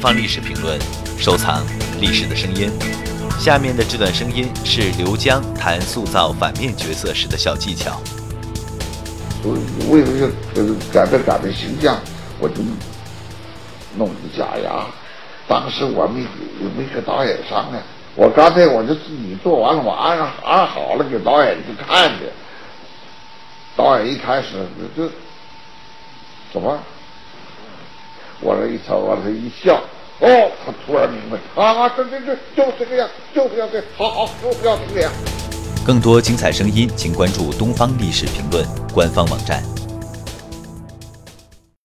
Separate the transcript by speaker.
Speaker 1: 方历史评论》，收藏历史的声音。下面的这段声音是刘江谈塑造反面角色时的小技巧。
Speaker 2: 为了改变形象，我就弄个假牙。当时我没跟导演商量，我刚才我就自己做完了，我安好了给导演去看去。导演一开始就怎么？我这一瞅，我这一笑，哦，他突然明白啊，这就这个样，就这样，对，好，就是要这个样。
Speaker 1: 更多精彩声音，请关注东方历史评论官方网站。